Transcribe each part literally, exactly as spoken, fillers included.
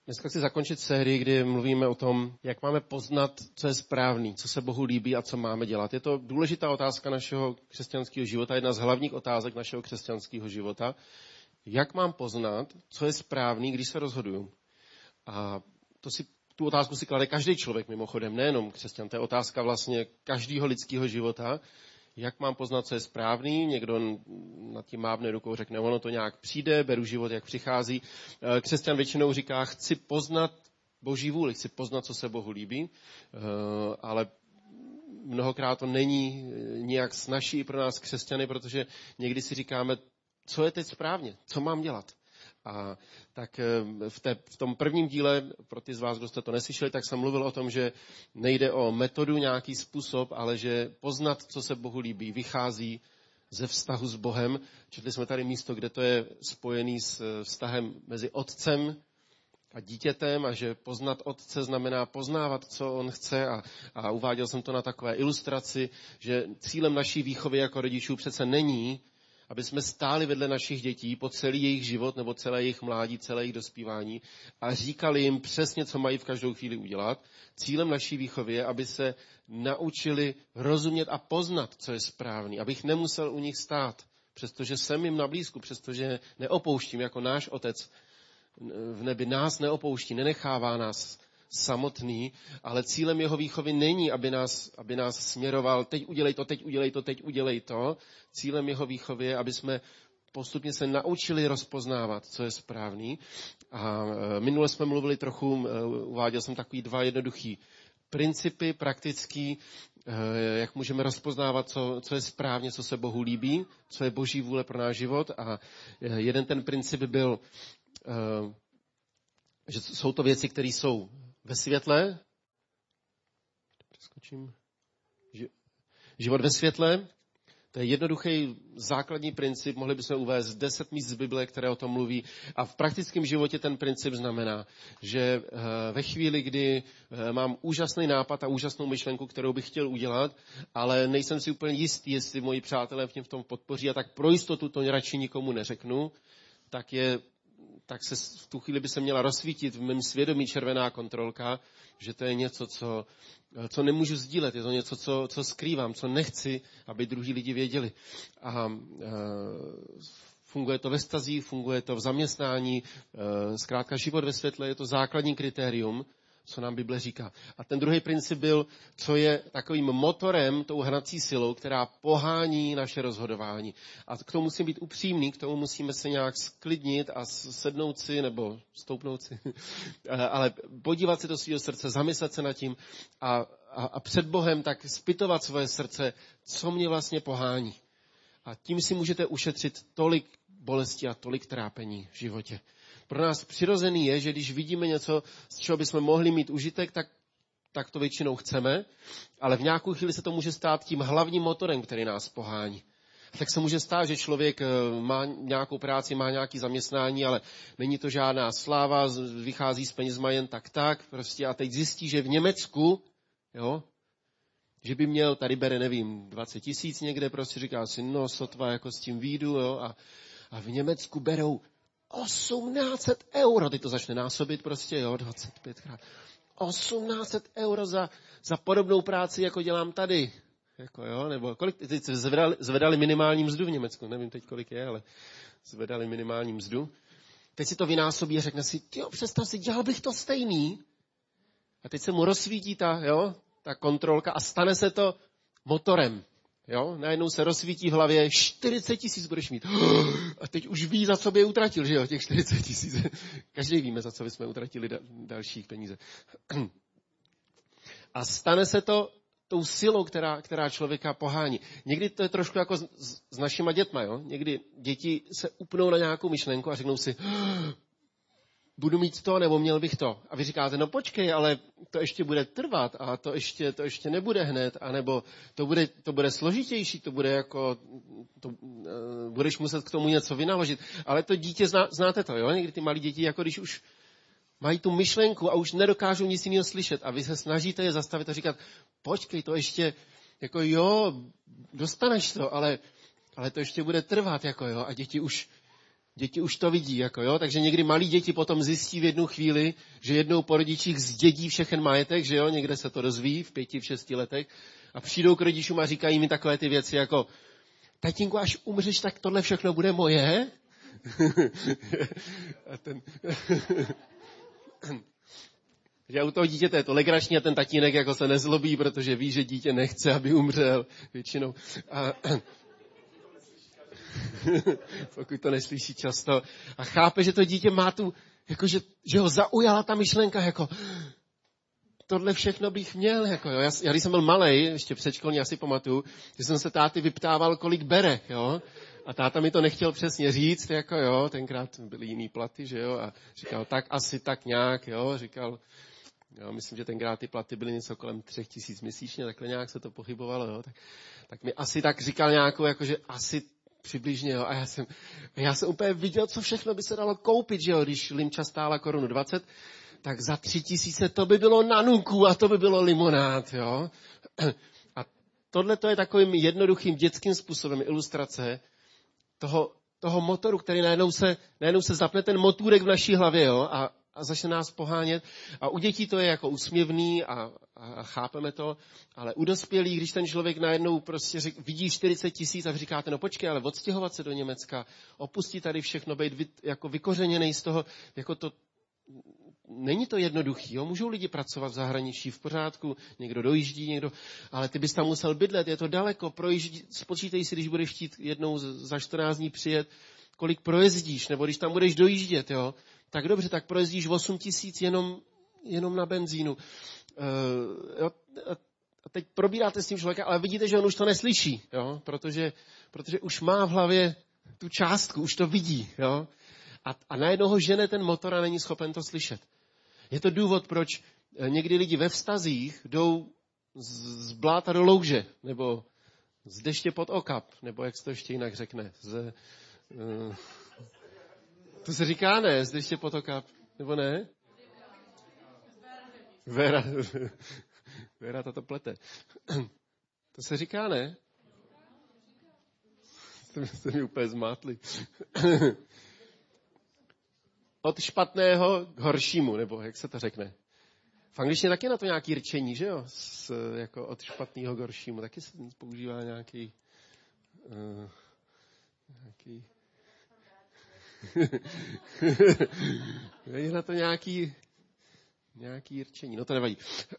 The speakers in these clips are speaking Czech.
Dneska chci zakončit sérii, kdy mluvíme o tom, jak máme poznat, co je správný, co se Bohu líbí a co máme dělat. Je to důležitá otázka našeho křesťanského života, jedna z hlavních otázek našeho křesťanského života. Jak mám poznat, co je správný, když se rozhoduju? A to si, tu otázku si klade každý člověk mimochodem, nejenom křesťan. To je otázka vlastně každého lidského života. Jak mám poznat, co je správný? Někdo nad tím mávne rukou, řekne, ono to nějak přijde, beru život, jak přichází. Křesťan většinou říká, chci poznat Boží vůli, chci poznat, co se Bohu líbí, ale mnohokrát to není nijak snazší pro nás křesťany, protože někdy si říkáme, co je teď správně, co mám dělat. A tak v, té, v tom prvním díle, pro ty z vás, kdo jste to neslyšeli, tak jsem mluvil o tom, že nejde o metodu, nějaký způsob, ale že poznat, co se Bohu líbí, vychází ze vztahu s Bohem. Četli jsme tady místo, kde to je spojený s vztahem mezi otcem a dítětem a že poznat otce znamená poznávat, co on chce a, a uváděl jsem to na takové ilustraci, že cílem naší výchovy jako rodičů přece není, aby jsme stáli vedle našich dětí po celý jejich život nebo celé jejich mládí, celé jejich dospívání a říkali jim přesně, co mají v každou chvíli udělat. Cílem naší výchovy je, aby se naučili rozumět a poznat, co je správný, abych nemusel u nich stát, přestože jsem jim na blízku, přestože neopouštím jako náš otec v nebi nás neopouští, nenechává nás samotný, ale cílem jeho výchovy není, aby nás, aby nás směroval, teď udělej to, teď udělej to, teď udělej to. Cílem jeho výchovy je, aby jsme postupně se naučili rozpoznávat, co je správný. A minule jsme mluvili trochu, uváděl jsem takový dva jednoduchý principy praktický, jak můžeme rozpoznávat, co, co je správně, co se Bohu líbí, co je Boží vůle pro náš život. A jeden ten princip byl, že jsou to věci, které jsou ve světle. Přeskočím. Život ve světle. To je jednoduchý základní princip. Mohli bychom uvést deset míst z Bible, které o tom mluví. A v praktickém životě ten princip znamená, že ve chvíli, kdy mám úžasný nápad a úžasnou myšlenku, kterou bych chtěl udělat, ale nejsem si úplně jistý, jestli moji přátelé v tím v tom podpoří, a tak pro jistotu to radši nikomu neřeknu, tak je tak se v tu chvíli by se měla rozsvítit v mém svědomí červená kontrolka, že to je něco, co, co nemůžu sdílet, je to něco, co, co skrývám, co nechci, aby druhý lidi věděli. A e, funguje to ve vztazích, funguje to v zaměstnání, e, zkrátka život ve světle je to základní kritérium, co nám Bible říká. A ten druhý princip byl, co je takovým motorem, tou hnací silou, která pohání naše rozhodování. A k tomu musím být upřímný, k tomu musíme se nějak sklidnit a sednout si, nebo stoupnout si, ale podívat se do svého srdce, zamyslet se nad tím a, a, a před Bohem tak zpytovat svoje srdce, co mě vlastně pohání. A tím si můžete ušetřit tolik bolesti a tolik trápení v životě. Pro nás přirozený je, že když vidíme něco, z čeho bychom mohli mít užitek, tak, tak to většinou chceme, ale v nějakou chvíli se to může stát tím hlavním motorem, který nás pohání. Tak se může stát, že člověk má nějakou práci, má nějaké zaměstnání, ale není to žádná sláva, vychází s penězma jen tak tak, prostě a teď zjistí, že v Německu, jo, že by měl, tady bere, nevím, dvacet tisíc někde, prostě říká si, no sotva, jako s tím výjdu, jo, a, a v Německu berou osmnáct set euro, teď to začne násobit prostě, jo, dvacet pět krát. osmnáct set euro za, za podobnou práci, jako dělám tady. Jako, jo, nebo kolik, teď zvedali, zvedali minimální mzdu v Německu, nevím teď, kolik je, ale zvedali minimální mzdu. Teď si to vynásobí a řekne si, tyjo, představ si, dělal bych to stejný. A teď se mu rozsvítí ta, jo, ta kontrolka a stane se to motorem. Jo, najednou se rozsvítí v hlavě, čtyřicet tisíc budeš mít. A teď už ví, za co by je utratil, že jo, těch čtyřicet tisíc. Každý víme, za co bychom utratili da- dalších peníze. A stane se to tou silou, která, která člověka pohání. Někdy to je trošku jako s, s našima dětma, jo. Někdy děti se upnou na nějakou myšlenku a řeknou si, budu mít to, nebo měl bych to. A vy říkáte, no počkej, ale to ještě bude trvat a to ještě, to ještě nebude hned, anebo to bude, to bude složitější, to bude jako, to, uh, budeš muset k tomu něco vynaložit. Ale to dítě, zná, znáte to, jo? Někdy ty malí děti, jako když už mají tu myšlenku a už nedokážou nic jiného slyšet a vy se snažíte je zastavit a říkat, počkej, to ještě, jako jo, dostaneš to, ale, ale to ještě bude trvat, jako jo, a děti už Děti už to vidí, jako jo, takže někdy malí děti potom zjistí v jednu chvíli, že jednou po rodičích zdědí všechen majetek, že jo, někde se to dozví v pěti, v šesti letech a přijdou k rodičům a říkají mi takové ty věci jako tatínku, až umřeš, tak tohle všechno bude moje? A ten... že u toho dítěte je to legrační a ten tatínek jako se nezlobí, protože ví, že dítě nechce, aby umřel většinou. A... pokud to neslyší často. A chápe, že to dítě má tu, jako že, že ho zaujala ta myšlenka, jako tohle všechno bych měl. Jako, jo. Já, já, když jsem byl malej, ještě předškolní, asi pamatuju, že jsem se táty vyptával, kolik bere. Jo. A táta mi to nechtěl přesně říct, jako jo, tenkrát byly jiný platy, že jo, a říkal, tak asi tak nějak, jo, říkal, jo, myslím, že tenkrát ty platy byly něco kolem třech tisíc měsíčně, takhle nějak se to pochybovalo, jo, tak, tak mi asi tak říkal nějakou, jakože asi přibližně, jo, a já jsem, já jsem úplně viděl, co všechno by se dalo koupit, že jo, když limča stála korunu dvacet, tak za tři tisíce to by bylo nanuků a to by bylo limonád, jo. A tohle to je takovým jednoduchým dětským způsobem ilustrace toho, toho motoru, který najednou se, najednou se zapne ten motůrek v naší hlavě, jo, a, a začne nás pohánět. A u dětí to je jako úsměvný a, a chápeme to, ale u dospělých, když ten člověk najednou prostě řek, vidí čtyřicet tisíc a říkáte, no počkej, ale odstěhovat se do Německa, opustit tady všechno, být vy, jako vykořeněný z toho, jako to, není to jednoduchý, jo? Můžou lidi pracovat v zahraničí v pořádku, někdo dojíždí, někdo, ale ty bys tam musel bydlet, je to daleko, projíždí, spočítej si, když budeš chtít jednou za čtrnáct dní přijet, kolik projezdíš, nebo když tam budeš dojíždět, jo? Tak dobře, tak projezdíš osm tisíc jenom, jenom na benzínu. Uh, jo? A teď probíráte s tím člověka, ale vidíte, že on už to neslyší, jo? Protože, protože už má v hlavě tu částku, už to vidí, jo? A, a najednou ho žene ten motor a není schopen to slyšet. Je to důvod, proč někdy lidi ve vztazích jdou z, z bláta do louže, nebo z deště pod okap, nebo jak se to ještě jinak řekne. Z, uh, to se říká, ne? Z deště pod okap, nebo ne? Vera, Vera to plete. To se říká, ne? Jste mi úplně zmátli. Od špatného k horšímu, nebo jak se to řekne. V angličtině taky na to nějaký rčení, že jo? S, jako od špatného k horšímu. Taky se používá nějaký... Uh, nějaký... je na to nějaký... nějaký rčení. No to nevadí.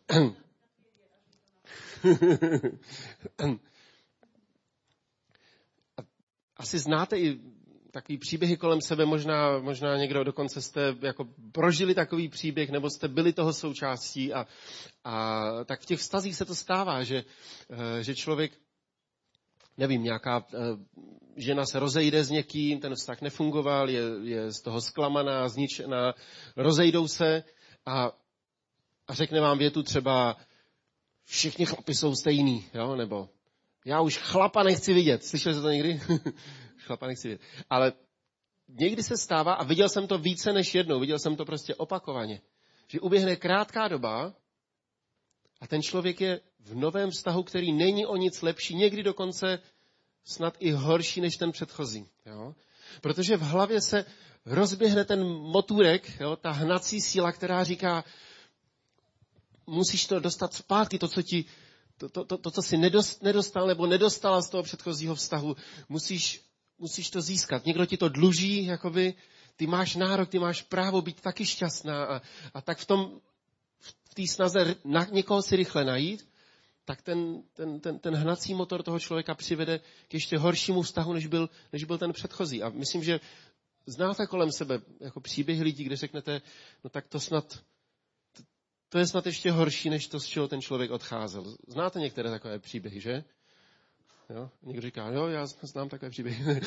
Asi znáte i takový příběhy kolem sebe, možná, možná někdo dokonce jste jako prožili takový příběh, nebo jste byli toho součástí a, a tak v těch vztazích se to stává, že, že člověk, nevím, nějaká žena se rozejde s někým, ten vztah nefungoval, je, je z toho zklamaná, zničená, rozejdou se a, a řekne vám větu třeba všichni chlapi jsou stejný, jo, nebo já už chlapa nechci vidět. Slyšeli jste to někdy? Chlapa nechci vidět. Ale někdy se stává, a viděl jsem to více než jednou, viděl jsem to prostě opakovaně, že uběhne krátká doba a ten člověk je v novém vztahu, který není o nic lepší, někdy dokonce snad i horší než ten předchozí. Jo? Protože v hlavě se rozběhne ten motůrek, jo? Ta hnací síla, která říká, musíš to dostat zpátky, to, co ti To, to, to, to, co jsi nedostal nebo nedostala z toho předchozího vztahu, musíš, musíš to získat. Někdo ti to dluží, jakoby, ty máš nárok, ty máš právo být taky šťastná a, a tak v tom, v té snaze na někoho si rychle najít, tak ten, ten, ten, ten hnací motor toho člověka přivede k ještě horšímu vztahu, než byl, než byl ten předchozí. A myslím, že znáte kolem sebe jako příběhy lidí, kde řeknete, no tak to snad... To je snad ještě horší, než to, z čeho ten člověk odcházel. Znáte některé takové příběhy, že? Jo? Někdo říká, jo, já znám takové příběhy.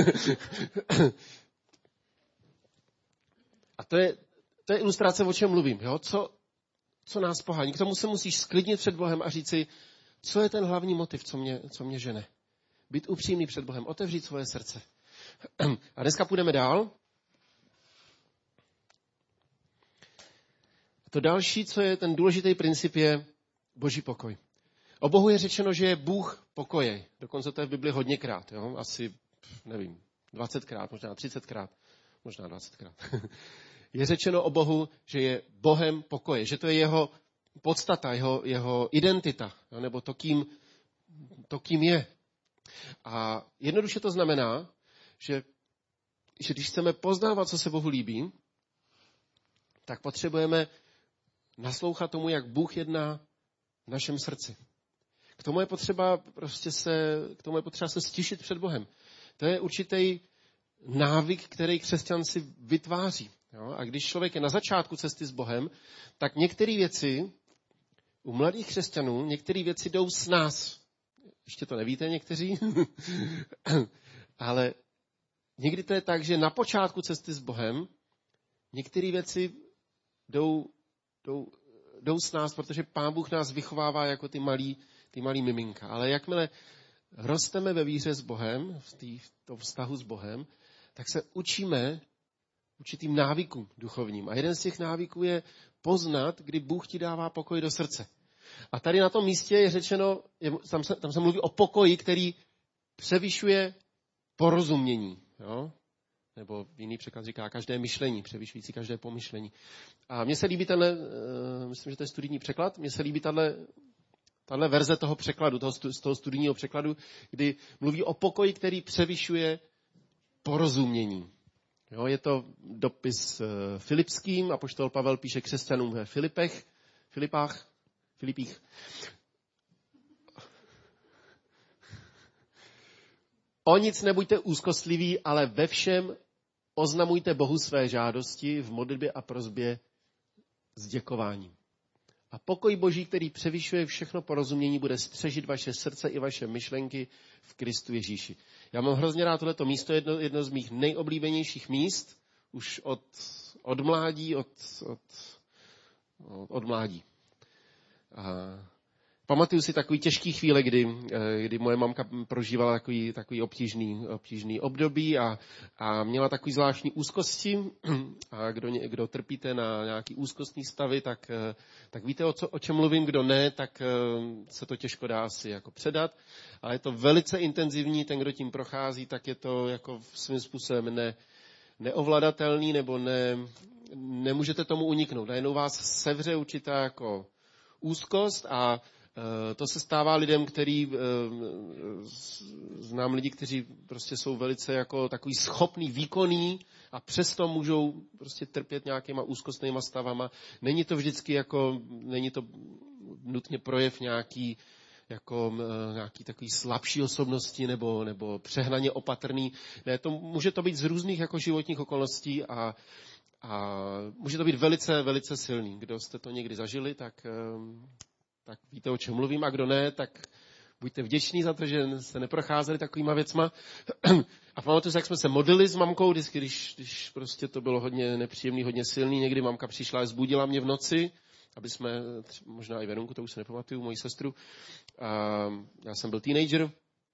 A to je, to je ilustrace, o čem mluvím. Jo? Co, co nás pohání? K tomu se musíš sklidnit před Bohem a říci, co je ten hlavní motiv, co mě, co mě žene. Být upřímný před Bohem, otevřít svoje srdce. A dneska půjdeme dál. To další, co je ten důležitý princip, je Boží pokoj. O Bohu je řečeno, že je Bůh pokoje. Dokonce to je v Bibli hodněkrát. Jo? Asi, nevím, dvacetkrát, možná třicetkrát. možná dvacetkrát. Je řečeno o Bohu, že je Bohem pokoje, že to je jeho podstata, jeho, jeho identita, jo, nebo to kým, to, kým je. A jednoduše to znamená, že, že když chceme poznávat, co se Bohu líbí, tak potřebujeme naslouchat tomu, jak Bůh jedná v našem srdci. K tomu je potřeba prostě se, k tomu je potřeba se stišit před Bohem. To je určitý návyk, který křesťan si vytváří. Jo? A když člověk je na začátku cesty s Bohem, tak některé věci u mladých křesťanů, některé věci jdou s nás. Ještě to nevíte někteří, ale někdy to je tak, že na počátku cesty s Bohem některé věci jdou, jdou, jdou s nás, protože Pán Bůh nás vychovává jako ty malí, ty malí miminka. Ale jakmile rosteme ve víře s Bohem, v, tý, v tom vztahu s Bohem, tak se učíme určitým návykům duchovním. A jeden z těch návyků je poznat, kdy Bůh ti dává pokoj do srdce. A tady na tom místě je řečeno, je, tam, se, tam se mluví o pokoji, který převyšuje porozumění. Jo? Nebo jiný překlad říká každé myšlení, převyšující každé pomyšlení. A mně se líbí tenhle, uh, myslím, že to je studijní překlad, mně se líbí tahle, tahle verze toho překladu, toho, z toho studijního překladu, kdy mluví o pokoji, který převyšuje porozumění. Jo, je to dopis uh, filipským, apoštol Pavel píše křesťanům ve Filipech, Filipách, Filipích. O nic nebuďte úzkostliví, ale ve všem oznamujte Bohu své žádosti v modlitbě a prosbě s děkováním. A pokoj Boží, který převyšuje všechno porozumění, bude střežit vaše srdce i vaše myšlenky v Kristu Ježíši. Já mám hrozně rád tohleto místo, jedno, jedno z mých nejoblíbenějších míst, už od, od mládí, od, od, od mládí. A pamatuju si takový těžký chvíle, kdy, kdy moje mamka prožívala takový, takový obtížný, obtížný období a, a měla takový zvláštní úzkosti. A kdo, kdo trpíte na nějaký úzkostný stavy, tak, tak víte, o, co, o čem mluvím. Kdo ne, tak se to těžko dá asi jako předat. Ale je to velice intenzivní, ten, kdo tím prochází, tak je to jako svým způsobem ne, neovladatelný, nebo ne, nemůžete tomu uniknout. Najednou vás sevře určitá jako úzkost a to se stává lidem, který, znám lidi, kteří prostě jsou velice jako takový schopný, výkonný a přesto můžou prostě trpět nějakýma úzkostnýma stavama. Není to vždycky jako, není to nutně projev nějaký, jako nějaký takový slabší osobnosti nebo, nebo přehnaně opatrný. Ne, to, může to být z různých jako životních okolností a, a může to být velice, velice silný. Kdo jste to někdy zažili, tak... tak víte, o čem mluvím, a kdo ne, tak buďte vděční za to, že se neprocházeli takovýma věcma. A pamatuju se, jak jsme se modlili s mamkou, vždycky, když, když prostě to bylo hodně nepříjemný, hodně silný, někdy mamka přišla a zbudila mě v noci, aby jsme, možná i Verunku, to už se nepamatuju, moji sestru. A já jsem byl teenager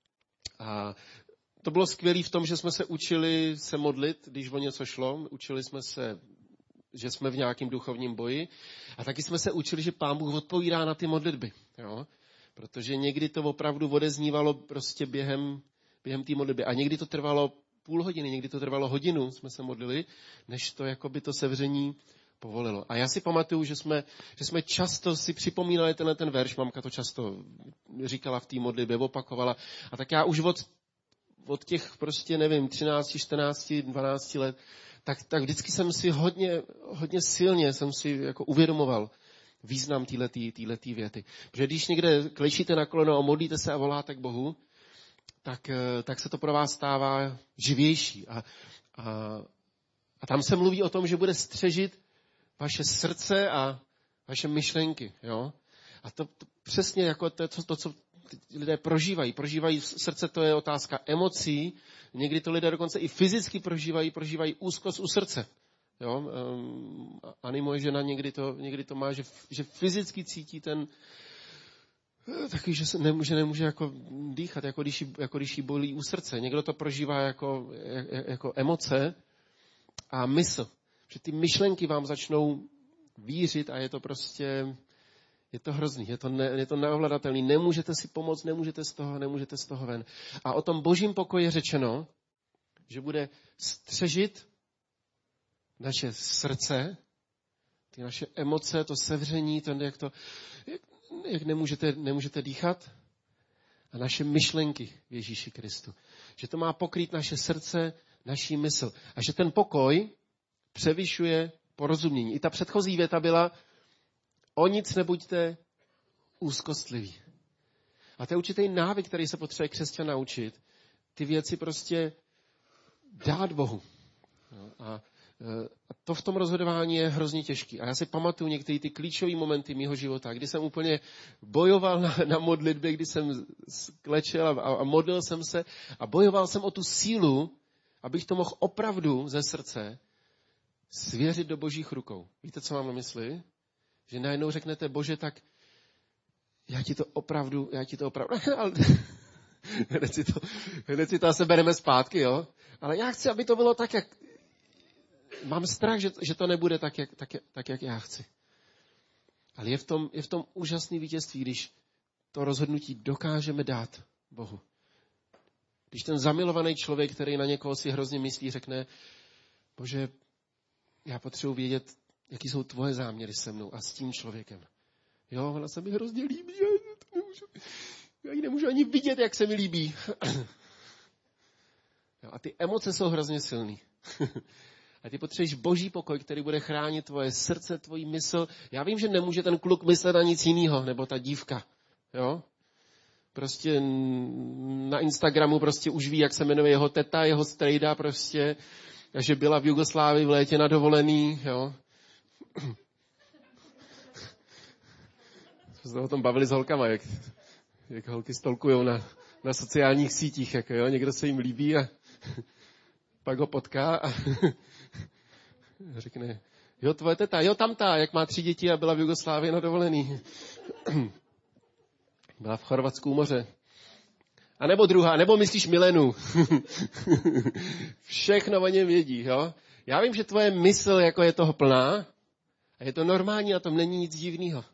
a to bylo skvělé v tom, že jsme se učili se modlit, když o něco šlo, učili jsme se, že jsme v nějakém duchovním boji. A taky jsme se učili, že Pán Bůh odpovídá na ty modlitby. Jo? Protože někdy to opravdu odeznívalo prostě během, během té modlitby. A někdy to trvalo půl hodiny, někdy to trvalo hodinu, jsme se modlili, než to jakoby to sevření povolilo. A já si pamatuju, že jsme, že jsme často si připomínali tenhle ten verš, mamka to často říkala v té modlitbě, opakovala. A tak já už od, od těch prostě, nevím, třináct, čtrnáct, dvanáct let, Tak, tak vždycky jsem si hodně, hodně silně jsem si jako uvědomoval význam téhletý věty. Protože když někde klečíte na koleno a modlíte se a voláte k Bohu, tak, tak se to pro vás stává živější. A, a, a tam se mluví o tom, že bude střežit vaše srdce a vaše myšlenky. Jo? A to, to přesně jako to, to, to, co lidé prožívají. Prožívají srdce, to je otázka emocí. Někdy to lidé dokonce i fyzicky prožívají, prožívají úzkost u srdce. Jo? Um, Ani moje žena někdy to, někdy to má, že, že fyzicky cítí ten takový, že se nemůže, nemůže jako dýchat, jako když, jí, jako když jí bolí u srdce. Někdo to prožívá jako, jako emoce a mysl. Že ty myšlenky vám začnou vířit a je to prostě... Je to hrozný, je to, ne, je to neovladatelný, nemůžete si pomoct, nemůžete z toho, nemůžete z toho ven. A o tom božím pokoji je řečeno, že bude střežit naše srdce, ty naše emoce, to sevření, to, jak, to, jak, jak nemůžete, nemůžete dýchat, a naše myšlenky v Ježíši Kristu. Že to má pokrýt naše srdce, naší mysl. A že ten pokoj převyšuje porozumění. I ta předchozí věta byla, o nic nebuďte úzkostliví. A to je určitý návyk, který se potřebuje křesťan naučit. Ty věci prostě dát Bohu. A to v tom rozhodování je hrozně těžký. A já si pamatuju některé ty klíčové momenty mýho života, kdy jsem úplně bojoval na, na modlitbě, kdy jsem klečel a, a modlil jsem se a bojoval jsem o tu sílu, abych to mohl opravdu ze srdce svěřit do Božích rukou. Víte, co mám na mysli? Že najednou řeknete, Bože, tak já ti to opravdu, já ti to opravdu, hned si to, hned si to asi bereme zpátky, jo? Ale já chci, aby to bylo tak, jak mám strach, že, že to nebude tak jak, tak, tak, jak já chci. Ale je v tom, je v tom úžasný vítězství, když to rozhodnutí dokážeme dát Bohu. Když ten zamilovaný člověk, který na někoho si hrozně myslí, řekne, Bože, já potřebuji vědět, jaký jsou tvoje záměry se mnou a s tím člověkem. Jo, ona se mi hrozně líbí, já, to nemůžu, já ji nemůžu ani vidět, jak se mi líbí. Jo, a ty emoce jsou hrozně silný. A ty potřebuješ Boží pokoj, který bude chránit tvoje srdce, tvoji mysl. Já vím, že nemůže ten kluk myslet na nic jiného, nebo ta dívka. Jo? Prostě na Instagramu prostě už ví, jak se jmenuje jeho teta, jeho strejda prostě, že byla v Jugoslávii v létě na dovolený. Jo? Jsme se o tom bavili s holkama, jak, jak holky stolkujou na, na sociálních sítích. Jako, jo? Někdo se jim líbí a pak ho potká a řekne, jo, tvoje teta, jo, tamta, jak má tři děti a byla v Jugoslávii na dovolený. Byla v Chorvatsku u moře. A nebo druhá, nebo myslíš Milenu. Všechno o něm vědí, jo. Já vím, že tvoje mysl jako je toho plná a je to normální, na tom není nic divného.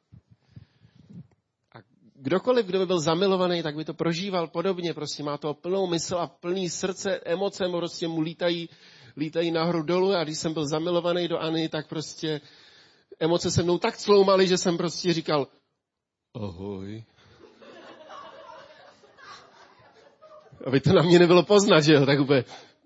A kdokoliv, kdo by byl zamilovaný, tak by to prožíval podobně, prostě má toho plnou mysl a plný srdce, emoce prostě mu lítají, lítají nahoru dolů a když jsem byl zamilovaný do Anny, tak prostě emoce se mnou tak cloumaly, že jsem prostě říkal ahoj. Aby to na mě nebylo poznat, že jo, tak úplně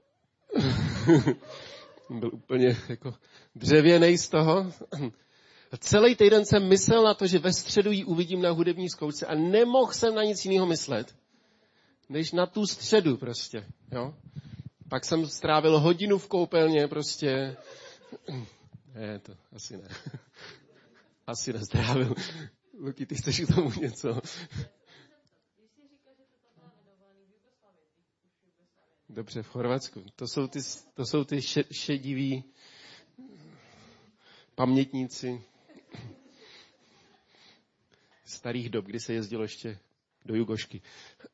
byl úplně jako dřevěnej z toho. A celý týden jsem myslel na to, že ve středu ji uvidím na hudební zkoušce a nemohl jsem na nic jiného myslet, než na tu středu prostě, jo. Pak jsem strávil hodinu v koupelně prostě. Ne, to asi ne. Asi nestrávil. Luky, ty chceš k tomu něco? Dobře, v Chorvatsku. To jsou ty, to jsou ty šediví pamětníci starých dob, kdy se jezdilo ještě do Jugošky.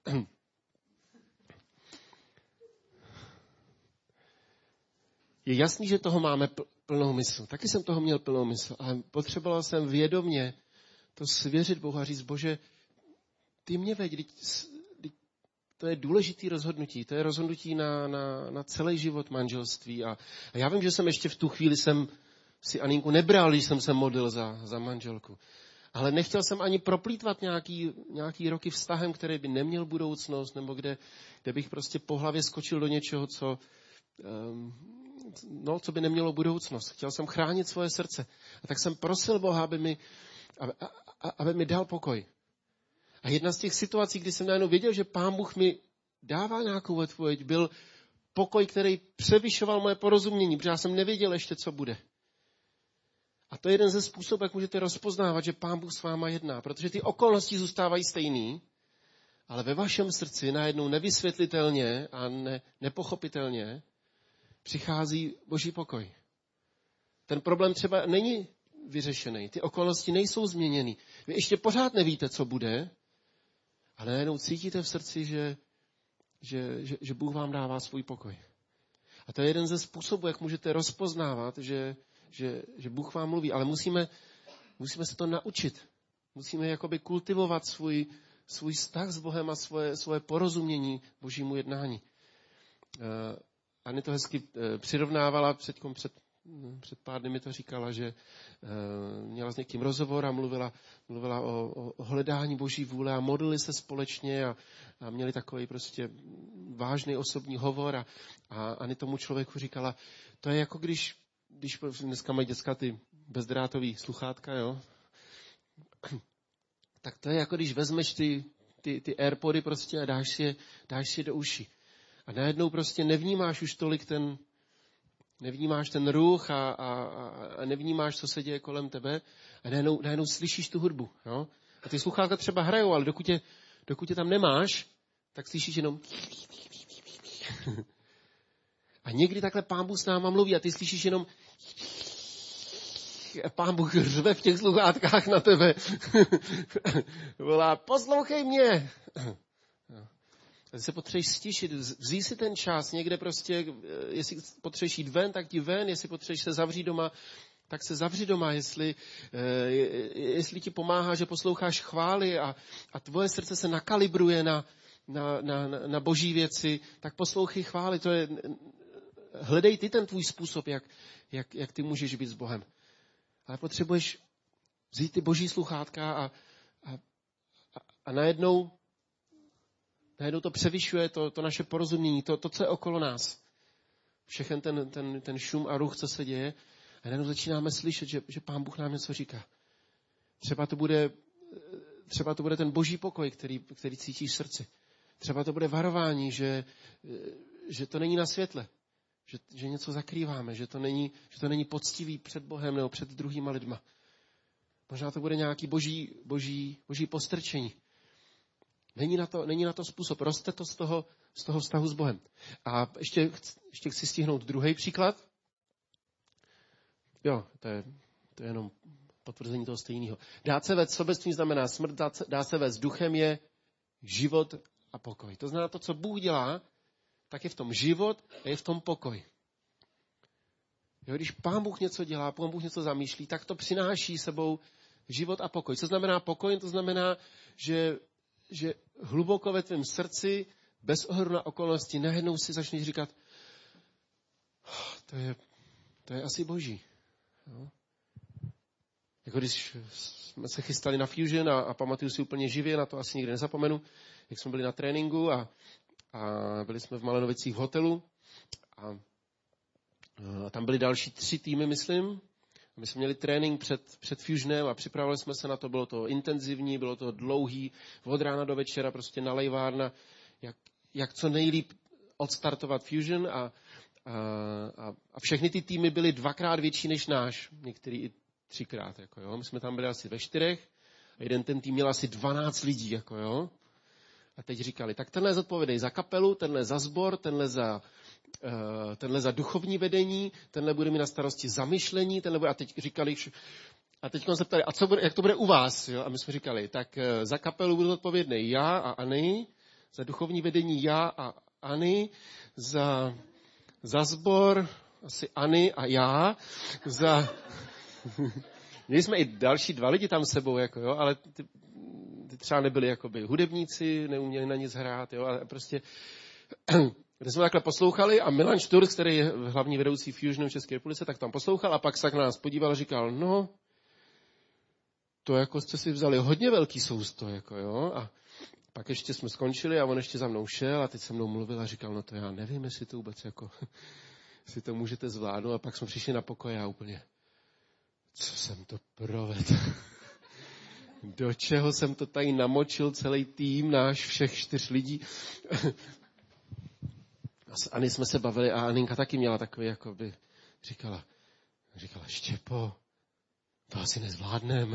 Je jasný, že toho máme plnou mysl. Taky jsem toho měl plnou mysl, ale potřeboval jsem vědomě to svěřit Bohu a říct, Bože, ty mě veď, to je důležitý rozhodnutí, to je rozhodnutí na, na, na celý život manželství. A, a já vím, že jsem ještě v tu chvíli jsem si Aninku nebral, když jsem se modlil za, za manželku. Ale nechtěl jsem ani proplýtvat nějaký, nějaký roky vztahem, který by neměl budoucnost, nebo kde, kde bych prostě po hlavě skočil do něčeho, co, um, no, co by nemělo budoucnost. Chtěl jsem chránit svoje srdce. A tak jsem prosil Boha, aby mi, aby, aby mi dal pokoj. A jedna z těch situací, kdy jsem najednou věděl, že Pán Bůh mi dává nějakou odpověď, byl pokoj, který převyšoval moje porozumění, protože já jsem nevěděl ještě, co bude. A to je jeden ze způsobů, jak můžete rozpoznávat, že Pán Bůh s váma jedná, protože ty okolnosti zůstávají stejný, ale ve vašem srdci najednou nevysvětlitelně a ne, nepochopitelně přichází Boží pokoj. Ten problém třeba není vyřešený, ty okolnosti nejsou změněny. Vy ještě pořád nevíte, co bude, ale najednou cítíte v srdci, že, že, že, že Bůh vám dává svůj pokoj. A to je jeden ze způsobů, jak můžete rozpoznávat, že, že, že Bůh vám mluví. Ale musíme, musíme se to naučit. Musíme jakoby kultivovat svůj, svůj vztah s Bohem a svoje, svoje porozumění Božímu jednání. Uh, Anny to hezky uh, přirovnávala předkom před před pár dny mi to říkala, že uh, měla s někým rozhovor a mluvila, mluvila o, o hledání Boží vůle a modlili se společně a, a měli takový prostě vážný osobní hovor a, a ani tomu člověku říkala, to je jako když, když dneska mají děcka ty bezdrátový sluchátka, jo, tak to je jako když vezmeš ty, ty, ty AirPody prostě a dáš si je, dáš si je do uší. A najednou prostě nevnímáš už tolik ten, nevnímáš ten ruch a, a, a nevnímáš, co se děje kolem tebe a najednou, najednou slyšíš tu hudbu. Jo? A ty sluchátka třeba hrajou, ale dokud je, dokud je tam nemáš, tak slyšíš jenom a někdy takhle Pán Bůh s náma mluví a ty slyšíš jenom Pán Bůh řve v těch sluchátkách na tebe. Volá, poslouchej mě. Ty se potřebuješ stišit, vzít si ten čas někde prostě, jestli potřebuješ jít ven, tak ti ven, jestli potřebuješ se zavřít doma, tak se zavři doma, jestli, jestli ti pomáhá, že posloucháš chvály a, a tvoje srdce se nakalibruje na, na, na, na boží věci, tak poslouchej chvály. To je, hledej ty ten tvůj způsob, jak, jak, jak ty můžeš být s Bohem. Ale potřebuješ vzít ty boží sluchátka a, a, a, a najednou Najednou to převyšuje to, to naše porozumění, to, to, co je okolo nás. Všechen ten, ten, ten šum a ruch, co se děje. A najednou začínáme slyšet, že, že Pán Bůh nám něco říká. Třeba to bude, třeba to bude ten boží pokoj, který, který cítíš v srdci. Třeba to bude varování, že, že to není na světle. Že, že něco zakrýváme, že to, není, že to není poctivý před Bohem nebo před druhýma lidma. Možná to bude nějaký boží, boží, boží postrčení. Není na to, není na to způsob. Roste to z toho, z toho vztahu s Bohem. A ještě, ještě chci stihnout druhý příklad. Jo, to je, to je jenom potvrzení toho stejného. Dát se vést sobectví znamená smrt, dát se, dát se vést duchem je život a pokoj. To znamená to, co Bůh dělá, tak je v tom život a je v tom pokoj. Jo, když Pán Bůh něco dělá, Pán Bůh něco zamýšlí, tak to přináší sebou život a pokoj. Co znamená pokoj? To znamená, že že hluboko ve tvém srdci, bez ohledu na okolnosti, najednou si začneš říkat, oh, to, je, to je asi boží. Jo? Jako když jsme se chystali na Fusion a, a pamatuju si úplně živě, na to asi nikdy nezapomenu, jak jsme byli na tréninku a, a byli jsme v Malenovicích v hotelu a, a tam byly další tři týmy, myslím. My jsme měli trénink před, před Fusionem a připravili jsme se na to, bylo to intenzivní, bylo to dlouhý, od rána do večera, prostě nalejvárna, jak, jak co nejlíp odstartovat Fusion a, a, a všechny ty týmy byly dvakrát větší než náš, některý i třikrát. Jako jo. My jsme tam byli asi ve čtyřech a jeden ten tým měl asi dvanáct lidí. Jako jo. A teď říkali, tak tenhle zodpovědej za kapelu, tenhle za sbor, tenhle za... Uh, tenhle za duchovní vedení, tenhle bude mít na starosti zamyšlení, tenhle bude, a teď říkali, a teď se ptali, a co bude, jak to bude u vás? Jo? A my jsme říkali, tak uh, za kapelu budu odpovědný já a Ani, za duchovní vedení já a Ani, za, za sbor asi Ani a já, za... Měli jsme i další dva lidi tam s sebou, jako, jo? Ale ty, ty třeba nebyli jakoby hudebníci, neuměli na nic hrát, jo? Ale prostě... Když jsme takhle poslouchali a Milan Šturc, který je hlavní vedoucí Fusionu v České republice, tak tam poslouchal a pak se na nás podíval a říkal, no, to jako jste si vzali hodně velký sousto, jako jo. A pak ještě jsme skončili a on ještě za mnou šel a teď se mnou mluvil a říkal, no to já nevím, jestli to vůbec jako, jestli to můžete zvládnout. A pak jsme přišli na pokoj a úplně, co jsem to provedl. Do čeho jsem to tady namočil celý tým, náš všech čtyř lidí. A s Ani jsme se bavili a Aninka taky měla takový, jako by říkala, říkala, Štěpo, to asi nezvládnem.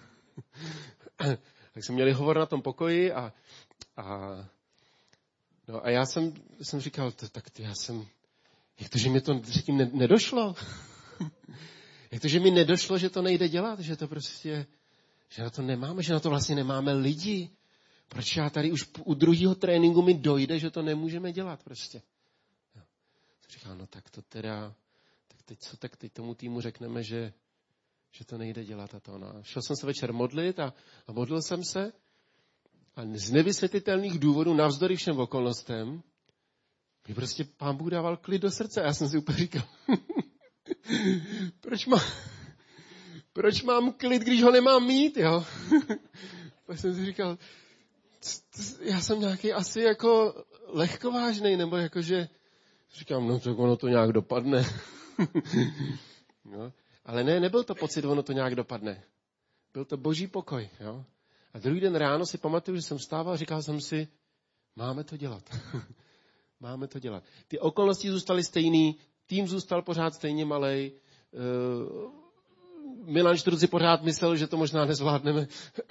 Tak jsme měli hovor na tom pokoji a, a, no a já jsem, jsem říkal, tak ty, já jsem, jak to, že mi to předtím ne, nedošlo? Jak to, že mi nedošlo, že to nejde dělat, že to prostě, že na to nemáme, že na to vlastně nemáme lidi. Proč já tady už u druhého tréninku mi dojde, že to nemůžeme dělat prostě. Jo. Říkal, no tak to teda, tak teď co, tak teď tomu týmu řekneme, že, že to nejde dělat a to. No. Šel jsem se večer modlit a, a modlil jsem se a z nevysvětlitelných důvodů, navzdory všem okolnostem, mi prostě Pán Bůh dával klid do srdce a já jsem si úplně říkal, proč, má, proč mám klid, když ho nemám mít, jo? Pak jsem si říkal, já jsem nějaký asi jako lehkovážnej, nebo jakože, říkám, no tak ono to nějak dopadne. No, ale ne, nebyl to pocit, ono to nějak dopadne. Byl to boží pokoj, jo? A druhý den ráno si pamatuju, že jsem vstával a říkal jsem si, máme to dělat. Máme to dělat. Ty okolnosti zůstaly stejný, tým zůstal pořád stejně malej, uh, Milan Šturc si pořád myslel, že to možná nezvládneme.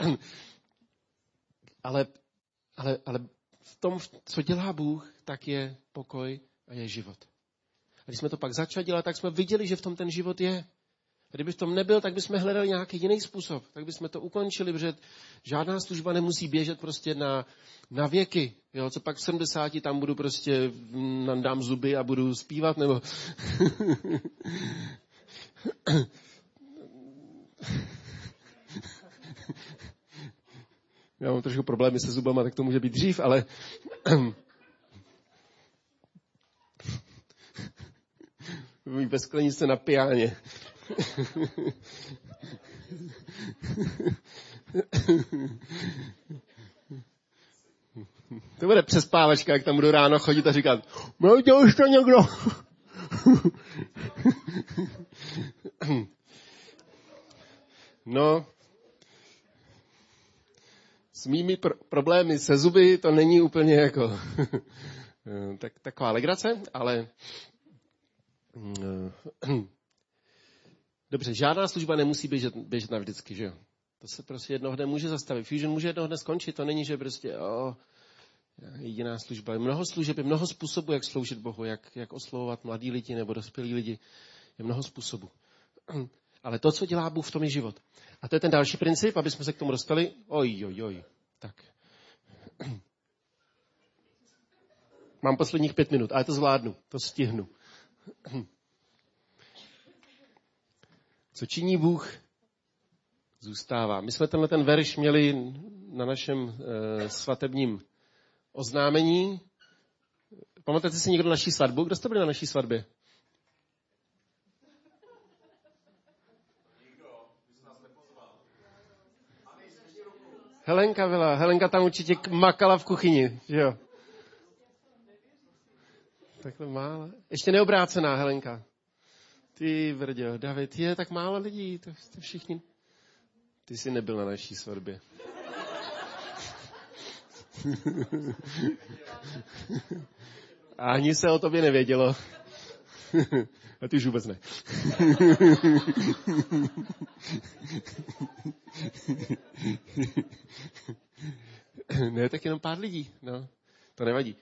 ale, ale, ale v tom, co dělá Bůh, tak je pokoj a je život. A když jsme to pak začali dělat, tak jsme viděli, že v tom ten život je. A kdyby v tom nebyl, tak bychom hledali nějaký jiný způsob. Tak bychom to ukončili, protože žádná služba nemusí běžet prostě na, na věky. Jo, co pak v sedmdesáti tam budu prostě, dám zuby a budu zpívat, nebo... Já mám trošku problémy se zubama, tak to může být dřív, ale... Mít ve sklenice na pijáně. To bude přespávačka, jak tam budu ráno chodit a říkat, mějte už to někdo. No, s mými pr- problémy se zuby to není úplně jako tak, taková legrace, ale dobře, žádná služba nemusí běžet, běžet navždycky, že jo? To se prostě jednoho dne může zastavit. Fusion může jednoho dne skončit, to není, že prostě o, jediná služba. Je mnoho služeb, je mnoho způsobů, jak sloužit Bohu, jak, jak oslovovat mladí lidi nebo dospělí lidi. Je mnoho způsobů. Ale to, co dělá Bůh, v tom je život. A to je ten další princip, aby jsme se k tomu dostali. Oj, oj, oj. Tak. Mám posledních pět minut, ale to zvládnu, to stihnu. Co činí Bůh, zůstává. My jsme tenhle ten verš měli na našem e, svatebním oznámení. Pamatujete si někdo naší svatbu? Kdo jste byli na naší svatbě? Helenka byla. Helenka tam určitě makala v kuchyni, že jo? Takhle málo. Ještě neobrácená Helenka. Ty brďo, David, je tak málo lidí, to jste všichni. Ty jsi nebyl na naší svatbě. Ani se o tobě nevědělo. A ty už vůbec ne. Ne, tak jenom pár lidí. No, to nevadí.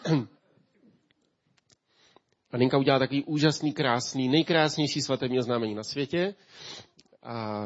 Aninka udělala takový úžasný, krásný, nejkrásnější svatební oznámení na světě. A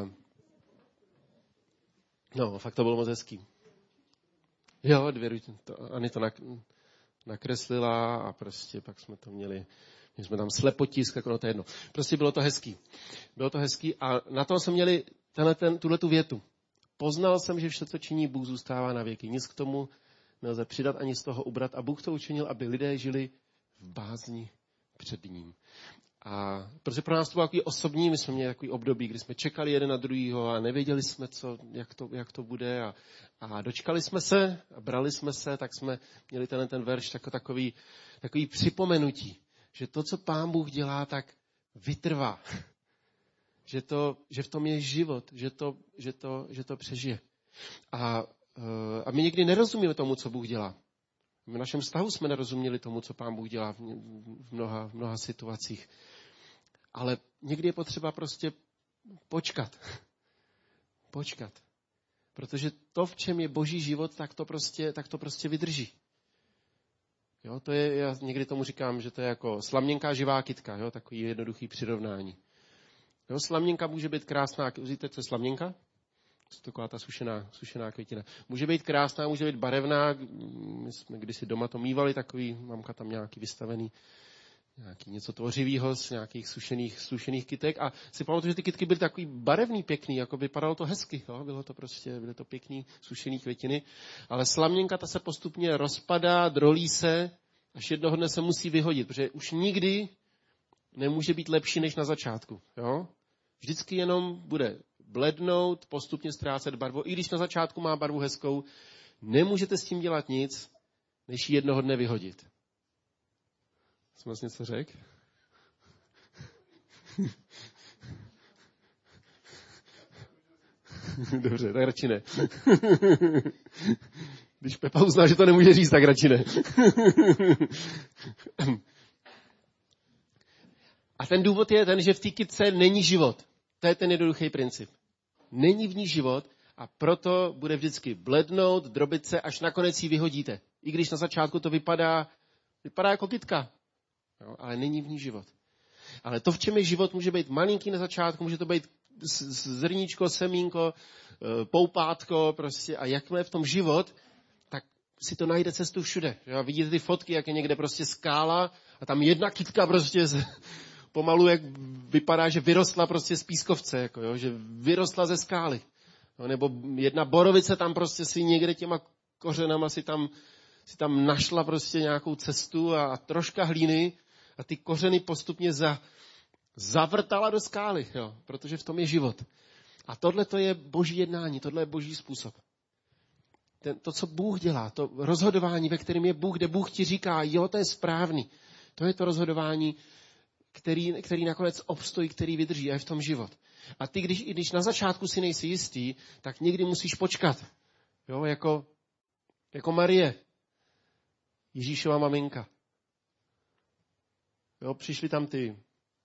no, fakt to bylo moc hezký. Jo, dvě ruky. Ani to nakreslila a prostě pak jsme to měli, měli jsme tam slepotisk, jako no to je jedno. Prostě bylo to hezký. Bylo to hezký a na to jsme měli tenhle, ten, tuhletu větu. Poznal jsem, že vše, co činí Bůh, zůstává na věky. Nic k tomu nelze přidat ani z toho ubrat. A Bůh to učinil, aby lidé žili v bázni před ním. A protože pro nás to bylo takový osobní, my jsme měli takový období, kdy jsme čekali jeden na druhýho a nevěděli jsme, co, jak, to, jak to bude. A, a dočkali jsme se a brali jsme se, tak jsme měli ten, ten verš jako takový, takový připomenutí, že to, co Pán Bůh dělá, tak vytrvá. Že, to, že v tom je život, že to, že to, že to přežije. A, a my někdy nerozumíme tomu, co Bůh dělá. V našem vztahu jsme nerozuměli tomu, co Pán Bůh dělá v mnoha, v mnoha situacích. Ale někdy je potřeba prostě počkat. Počkat. Protože to, v čem je boží život, tak to prostě, tak to prostě vydrží. Jo, to je, já někdy tomu říkám, že to je jako slaměnká živá kytka, jo, takový jednoduchý přirovnání. Jo, slaměnka může být krásná, víte, co je slaměnka? To je taková ta sušená, sušená květina. Může být krásná, může být barevná. My jsme kdysi doma to mívali, takový, mamka tam nějaký vystavený, nějaký něco tvořivého z nějakých sušených, sušených kytek. A si pamatuju, že ty kytky byly takový barevný, pěkný, jako vypadalo to hezky. Jo? Bylo to prostě, byly to pěkný sušený květiny. Ale slaměnka ta se postupně rozpadá, drolí se, až jednoho dne se musí vyhodit, protože už nikdy nemůže být lepší než na začátku. Jo? Vždycky jenom bude blednout, postupně ztrácet barvu. I když na začátku má barvu hezkou, nemůžete s tím dělat nic, než ji jednoho dne vyhodit. Jsem vlastně něco řekl? Dobře, tak radši ne. Když Pepa uzná, že to nemůže říct, tak radši ne. A ten důvod je ten, že v té kytce není život. To je ten jednoduchý princip. Není v ní život a proto bude vždycky blednout, drobit se, až nakonec ji vyhodíte. I když na začátku to vypadá, vypadá jako kytka. Jo, ale není v ní život. Ale to, v čem je život, může být malinký na začátku, může to být zrníčko, semínko, poupátko, prostě. A jakmile je v tom život, tak si to najde cestu všude. Jo, vidíte ty fotky, jak je někde prostě skála a tam jedna kytka prostě z, pomalu, jak vypadá, že vyrostla prostě z pískovce, jako, jo, že vyrostla ze skály. No, nebo jedna borovice tam prostě si někde těma kořenama si tam, si tam našla prostě nějakou cestu a, a troška hlíny a ty kořeny postupně za, zavrtala do skály, jo, protože v tom je život. A tohle to je boží jednání, tohle je boží způsob. Ten, to, co Bůh dělá, to rozhodování, ve kterém je Bůh, kde Bůh ti říká, jo, to je správný. To je to rozhodování, který, který nakonec obstojí, který vydrží a je v tom život. A ty, když, i když na začátku si nejsi jistý, tak někdy musíš počkat. Jo, jako, jako Marie, Ježíšova maminka. Jo, přišli tam ty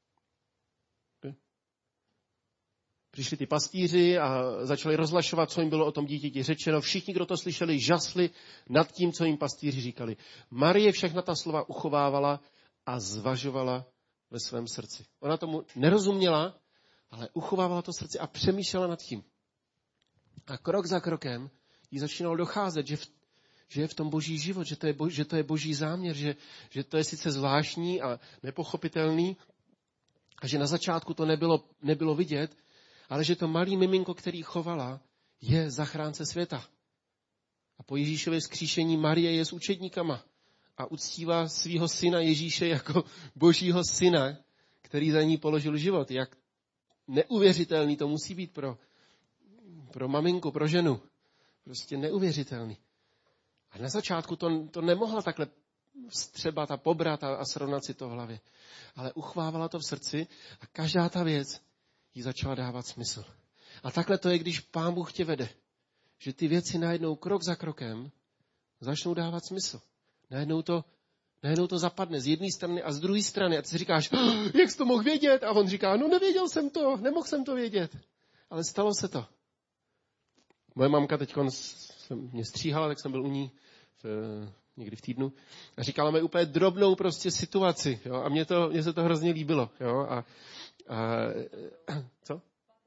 Přišli ty pastýři a začali rozhlašovat, co jim bylo o tom dítěti řečeno. Všichni, kdo to slyšeli, žasli nad tím, co jim pastýři říkali. Marie všechna ta slova uchovávala a zvažovala ve svém srdci. Ona tomu nerozuměla, ale uchovávala to srdci a přemýšlela nad tím. A krok za krokem jí začínalo docházet, že, v, že je v tom boží život, že to je, bo, že to je boží záměr, že, že to je sice zvláštní a nepochopitelný a že na začátku to nebylo, nebylo vidět, ale že to malý miminko, který chovala, je zachránce světa. A po Ježíšově vzkříšení Marie je s učedníkama a uctívá svého syna Ježíše jako božího syna, který za ní položil život. Jak neuvěřitelný to musí být pro, pro maminku, pro ženu. Prostě neuvěřitelný. A na začátku to, to nemohla takhle vstřebat a pobrat a, a srovnat si to v hlavě. Ale uchvávala to v srdci a každá ta věc jí začala dávat smysl. A takhle to je, když Pán Bůh tě vede. Že ty věci najednou krok za krokem začnou dávat smysl. Najednou to, najednou to zapadne z jedné strany a z druhé strany. A ty si říkáš, jak jsi to mohl vědět? A on říká, no nevěděl jsem to, nemohl jsem to vědět. Ale stalo se to. Moje mamka teď mě stříhala, tak jsem byl u ní v, někdy v týdnu. A říkala mi úplně drobnou prostě situaci. Jo? A mně, to, mně se to hrozně líbilo. Jo? A A, co?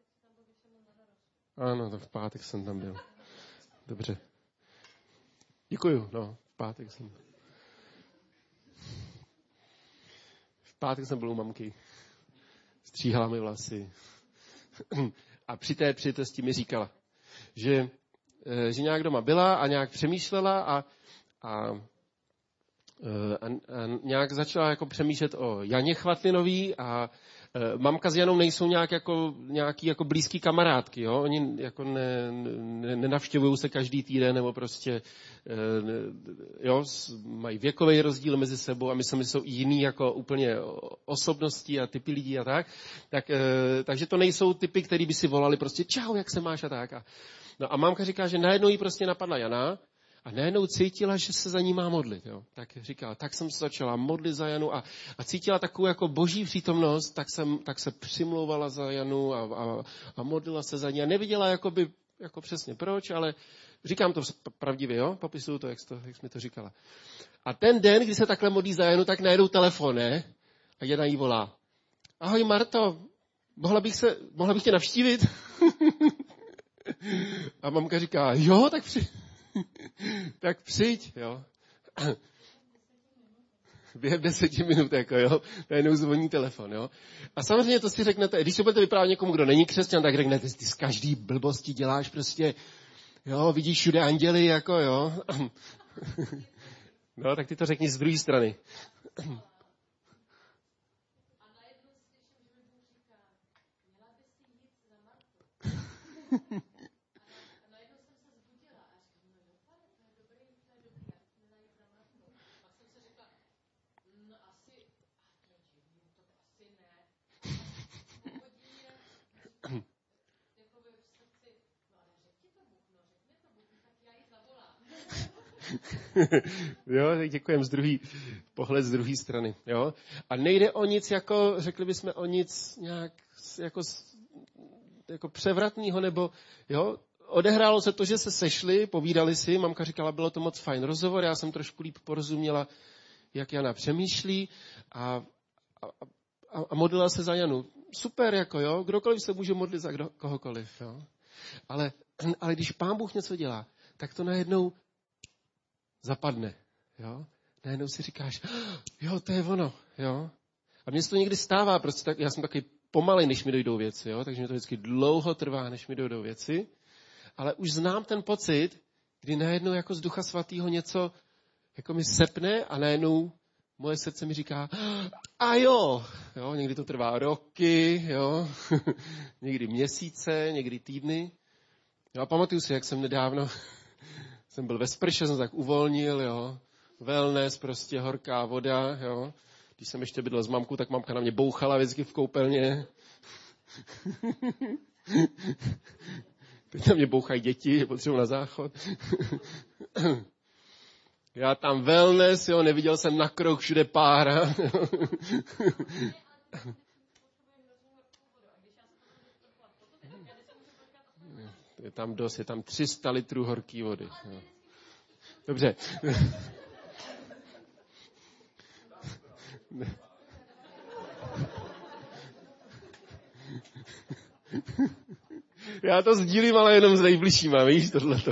Ano, to v pátek jsem tam byl. Dobře. Děkuju, no, v pátek jsem. V pátek jsem byl u mamky. Stříhala mi vlasy. A při té příležitosti mi říkala, že, že nějak doma byla a nějak přemýšlela a, a, a, a nějak začala jako přemýšlet o Janě Chvatlinový a mamka s Janou nejsou nějak jako, nějaký jako blízký kamarádky, jo? Oni jako ne, ne, nenavštěvují se každý týden, nebo prostě jo, mají věkový rozdíl mezi sebou a myslím, že jsou i jiný jako úplně osobnosti a typy lidí a tak. tak takže to nejsou typy, který by si volali prostě čau, jak se máš a tak. A, no a mamka říká, že najednou jí prostě napadla Jana, a najednou cítila, že se za ní má modlit. Jo. Tak říkala, tak jsem se začala modlit za Janu a, a cítila takovou jako boží přítomnost, tak, jsem, tak se přimlouvala za Janu a, a, a modlila se za ní. A neviděla jakoby, jako přesně proč, ale říkám to pravdivě, jo? Popisuju to, jak jsi, to, jak jsi mi to říkala. A ten den, kdy se takhle modlí za Janu, tak najednou telefon, ne? A Jana jí volá. Ahoj Marto, mohla bych, se, mohla bych tě navštívit? A mamka říká, jo, tak při... tak přijď, jo. Během deseti minut, jako jo, najednou zvoní telefon, jo. A samozřejmě to si řeknete, když se budete vyprávět někomu, kdo není křesťan, tak řeknete, ty z každý blbosti děláš prostě, jo, vidíš všude anděly, jako jo. No, tak ty to řekni z druhé strany. Jo, děkujem z druhý, pohled z druhé strany. Jo? A nejde o nic, jako, řekli bychom o nic nějak jako, jako převratného, nebo jo, odehrálo se to, že se sešli, povídali si, mamka říkala, bylo to moc fajn rozhovor, já jsem trošku líp porozuměla, jak Jana přemýšlí a, a, a, a modlila se za Janu. Super, jako jo, kdokoliv se může modlit za kdo, kohokoliv, jo. Ale, ale když Pán Bůh něco dělá, tak to najednou zapadne, jo. Najednou si říkáš, jo, to je ono, jo. A mně se to někdy stává, prostě tak, já jsem takový pomalej, než mi dojdou věci, jo, takže mi to vždycky dlouho trvá, než mi dojdou věci, ale už znám ten pocit, kdy najednou jako z Ducha Svatého něco jako mi sepne a najednou moje srdce mi říká, a jo, jo, někdy to trvá roky, jo, někdy měsíce, někdy týdny. Jo, a pamatuju si, jak jsem nedávno, jsem byl ve sprše, jsem tak uvolnil, jo, wellness, prostě horká voda, jo. Když jsem ještě bydlel s mamkou, tak mamka na mě bouchala vždycky v koupelně. Teď na mě bouchají děti, potřebuji na záchod. Já tam wellness, jo, neviděl jsem na krok všude pára. Je tam dost, je tam tři sta litrů horký vody. Jo. Dobře. Já to sdílím, ale jenom s nejbližšíma, víš, tohleto.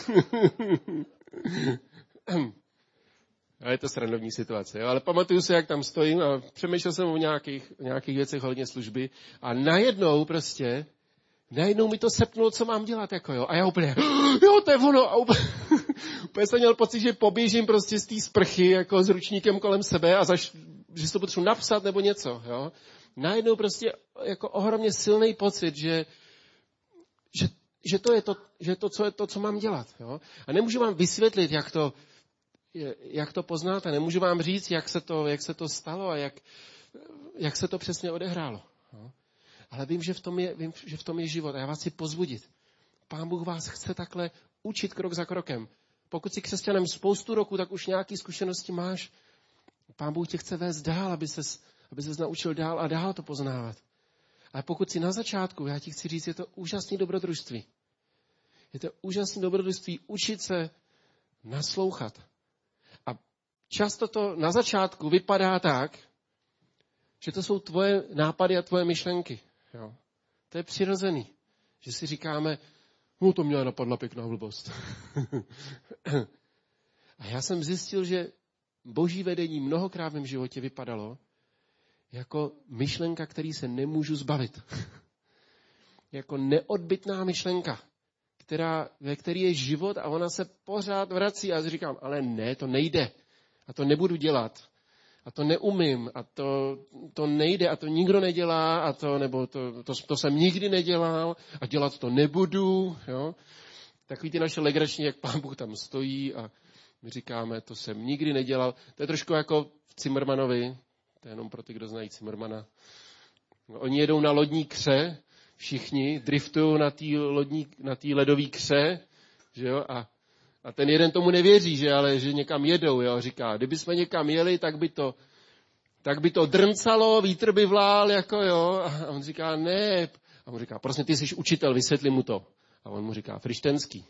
A je to srandovní situace, jo? Ale pamatuju se, jak tam stojím a přemýšlel jsem o nějakých, nějakých věcech hodně služby a najednou prostě, najednou mi to sepnulo, co mám dělat, jako jo. A já úplně, jo, to je ono. A úplně, úplně jsem měl pocit, že poběžím prostě z té sprchy, jako s ručníkem kolem sebe a zaš, že si to potřebuji napsat nebo něco, jo. Najednou prostě jako ohromně silný pocit, že, že, že to je to, že to, co je to, co mám dělat, jo. A nemůžu vám vysvětlit, jak to, jak to poznáte, nemůžu vám říct, jak se to, jak se to stalo a jak, jak se to přesně odehrálo, jo. Ale vím, že v tom je, vím, že v tom je život a já vás chci pozbudit. Pán Bůh vás chce takhle učit krok za krokem. Pokud jsi křesťanem spoustu roku, tak už nějaké zkušenosti máš. Pán Bůh tě chce vést dál, aby ses, aby ses naučil dál a dál to poznávat. Ale pokud jsi na začátku, já ti chci říct, je to úžasné dobrodružství. Je to úžasné dobrodružství učit se naslouchat. A často to na začátku vypadá tak, že to jsou tvoje nápady a tvoje myšlenky. Jo. To je přirozený, že si říkáme, no to mě napadla pěkná blbost. A já jsem zjistil, že boží vedení mnohokrát v mém životě vypadalo jako myšlenka, který se nemůžu zbavit. Jako neodbytná myšlenka, která, ve které je život a ona se pořád vrací. A já si říkám, ale ne, to nejde. A to nebudu dělat. A to neumím. A to, to nejde. A to nikdo nedělá. A to, nebo to, to, to jsem nikdy nedělal. A dělat to nebudu. Jo? Takový ty naše legrační, jak Pán Bůh tam stojí a my říkáme, to jsem nikdy nedělal. To je trošku jako v Zimmermanovi. To je jenom pro ty, kdo znají Zimmermana. Oni jedou na lodní kře, všichni driftují na té lodní, na té ledové kře, že jo, a, a ten jeden tomu nevěří, že ale že někam jedou, jo, říká, kdyby jsme někam jeli, tak by to, tak by to drncalo, vítr by vlál, jako jo, a on říká, ne, a on říká, prostě ty jsi učitel, vysvětli mu to. A on mu říká, frištenský.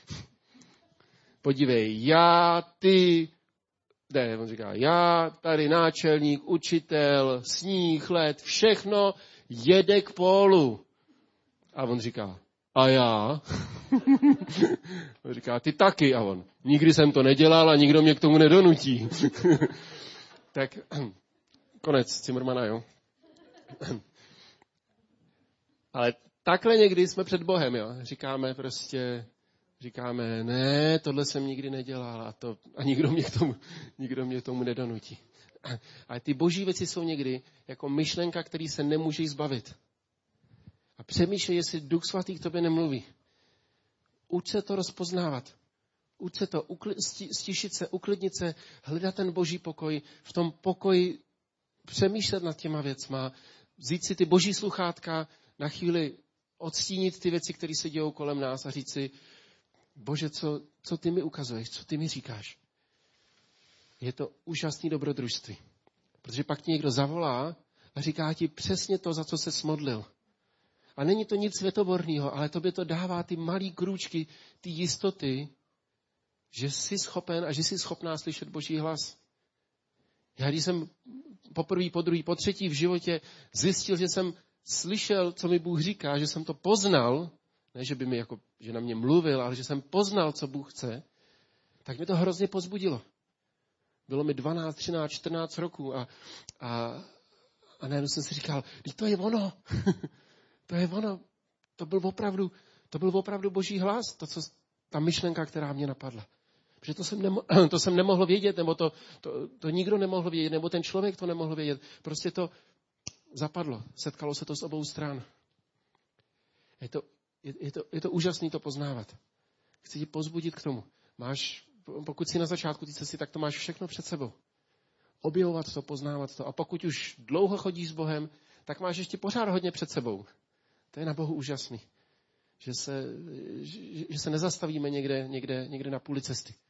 Podívej, já, ty, ne, on říká, já, tady náčelník, učitel, sníh, led, všechno jede k pólu. A on říká, a já? On říká, ty taky. A on, nikdy jsem to nedělal a nikdo mě k tomu nedonutí. Tak konec Zimmermana, jo. Ale takhle někdy jsme před Bohem, jo. Říkáme prostě, říkáme, ne, tohle jsem nikdy nedělal a, to, a nikdo, mě k tomu, nikdo mě k tomu nedonutí. Ale ty boží věci jsou někdy jako myšlenka, který se nemůže zbavit. A přemýšlej, jestli Duch Svatý k tobě nemluví. Uč se to rozpoznávat. Uč se to, ukli, stišit se, uklidnit se, hledat ten boží pokoj, v tom pokoji přemýšlet nad těma věcma, vzít si ty boží sluchátka, na chvíli odstínit ty věci, které se dějou kolem nás a říct si, Bože, co, co ty mi ukazuješ, co ty mi říkáš. Je to úžasný dobrodružství. Protože pak ti někdo zavolá a říká ti přesně to, za co se smodlil. A není to nic světoborného, ale tobě to dává ty malý krůčky, ty jistoty, že jsi schopen a že jsi schopná slyšet Boží hlas. Já když jsem poprvé, po druhý, po třetí v životě zjistil, že jsem slyšel, co mi Bůh říká, že jsem to poznal, ne, že by mi jako, že na mě mluvil, ale že jsem poznal, co Bůh chce, tak mi to hrozně pozbudilo. Bylo mi dvanáct, třináct, čtrnáct roků a, a, a najednou jsem si říkal, to je ono, to je ono, to byl opravdu, to byl opravdu Boží hlas, to, co, ta myšlenka, která mě napadla. Protože to jsem, nemo, to jsem nemohl vědět, nebo to, to, to nikdo nemohl vědět, nebo ten člověk to nemohl vědět. Prostě to zapadlo, setkalo se to z obou stran. Je to, je, je to, je to úžasný to poznávat. Chci ti pozbudit k tomu. Máš, pokud jsi na začátku té cesty, tak to máš všechno před sebou. Objevovat to, poznávat to. A pokud už dlouho chodíš s Bohem, tak máš ještě pořád hodně před sebou. To je na Bohu úžasný. Že se, že, že se nezastavíme někde, někde, někde na půli cesty.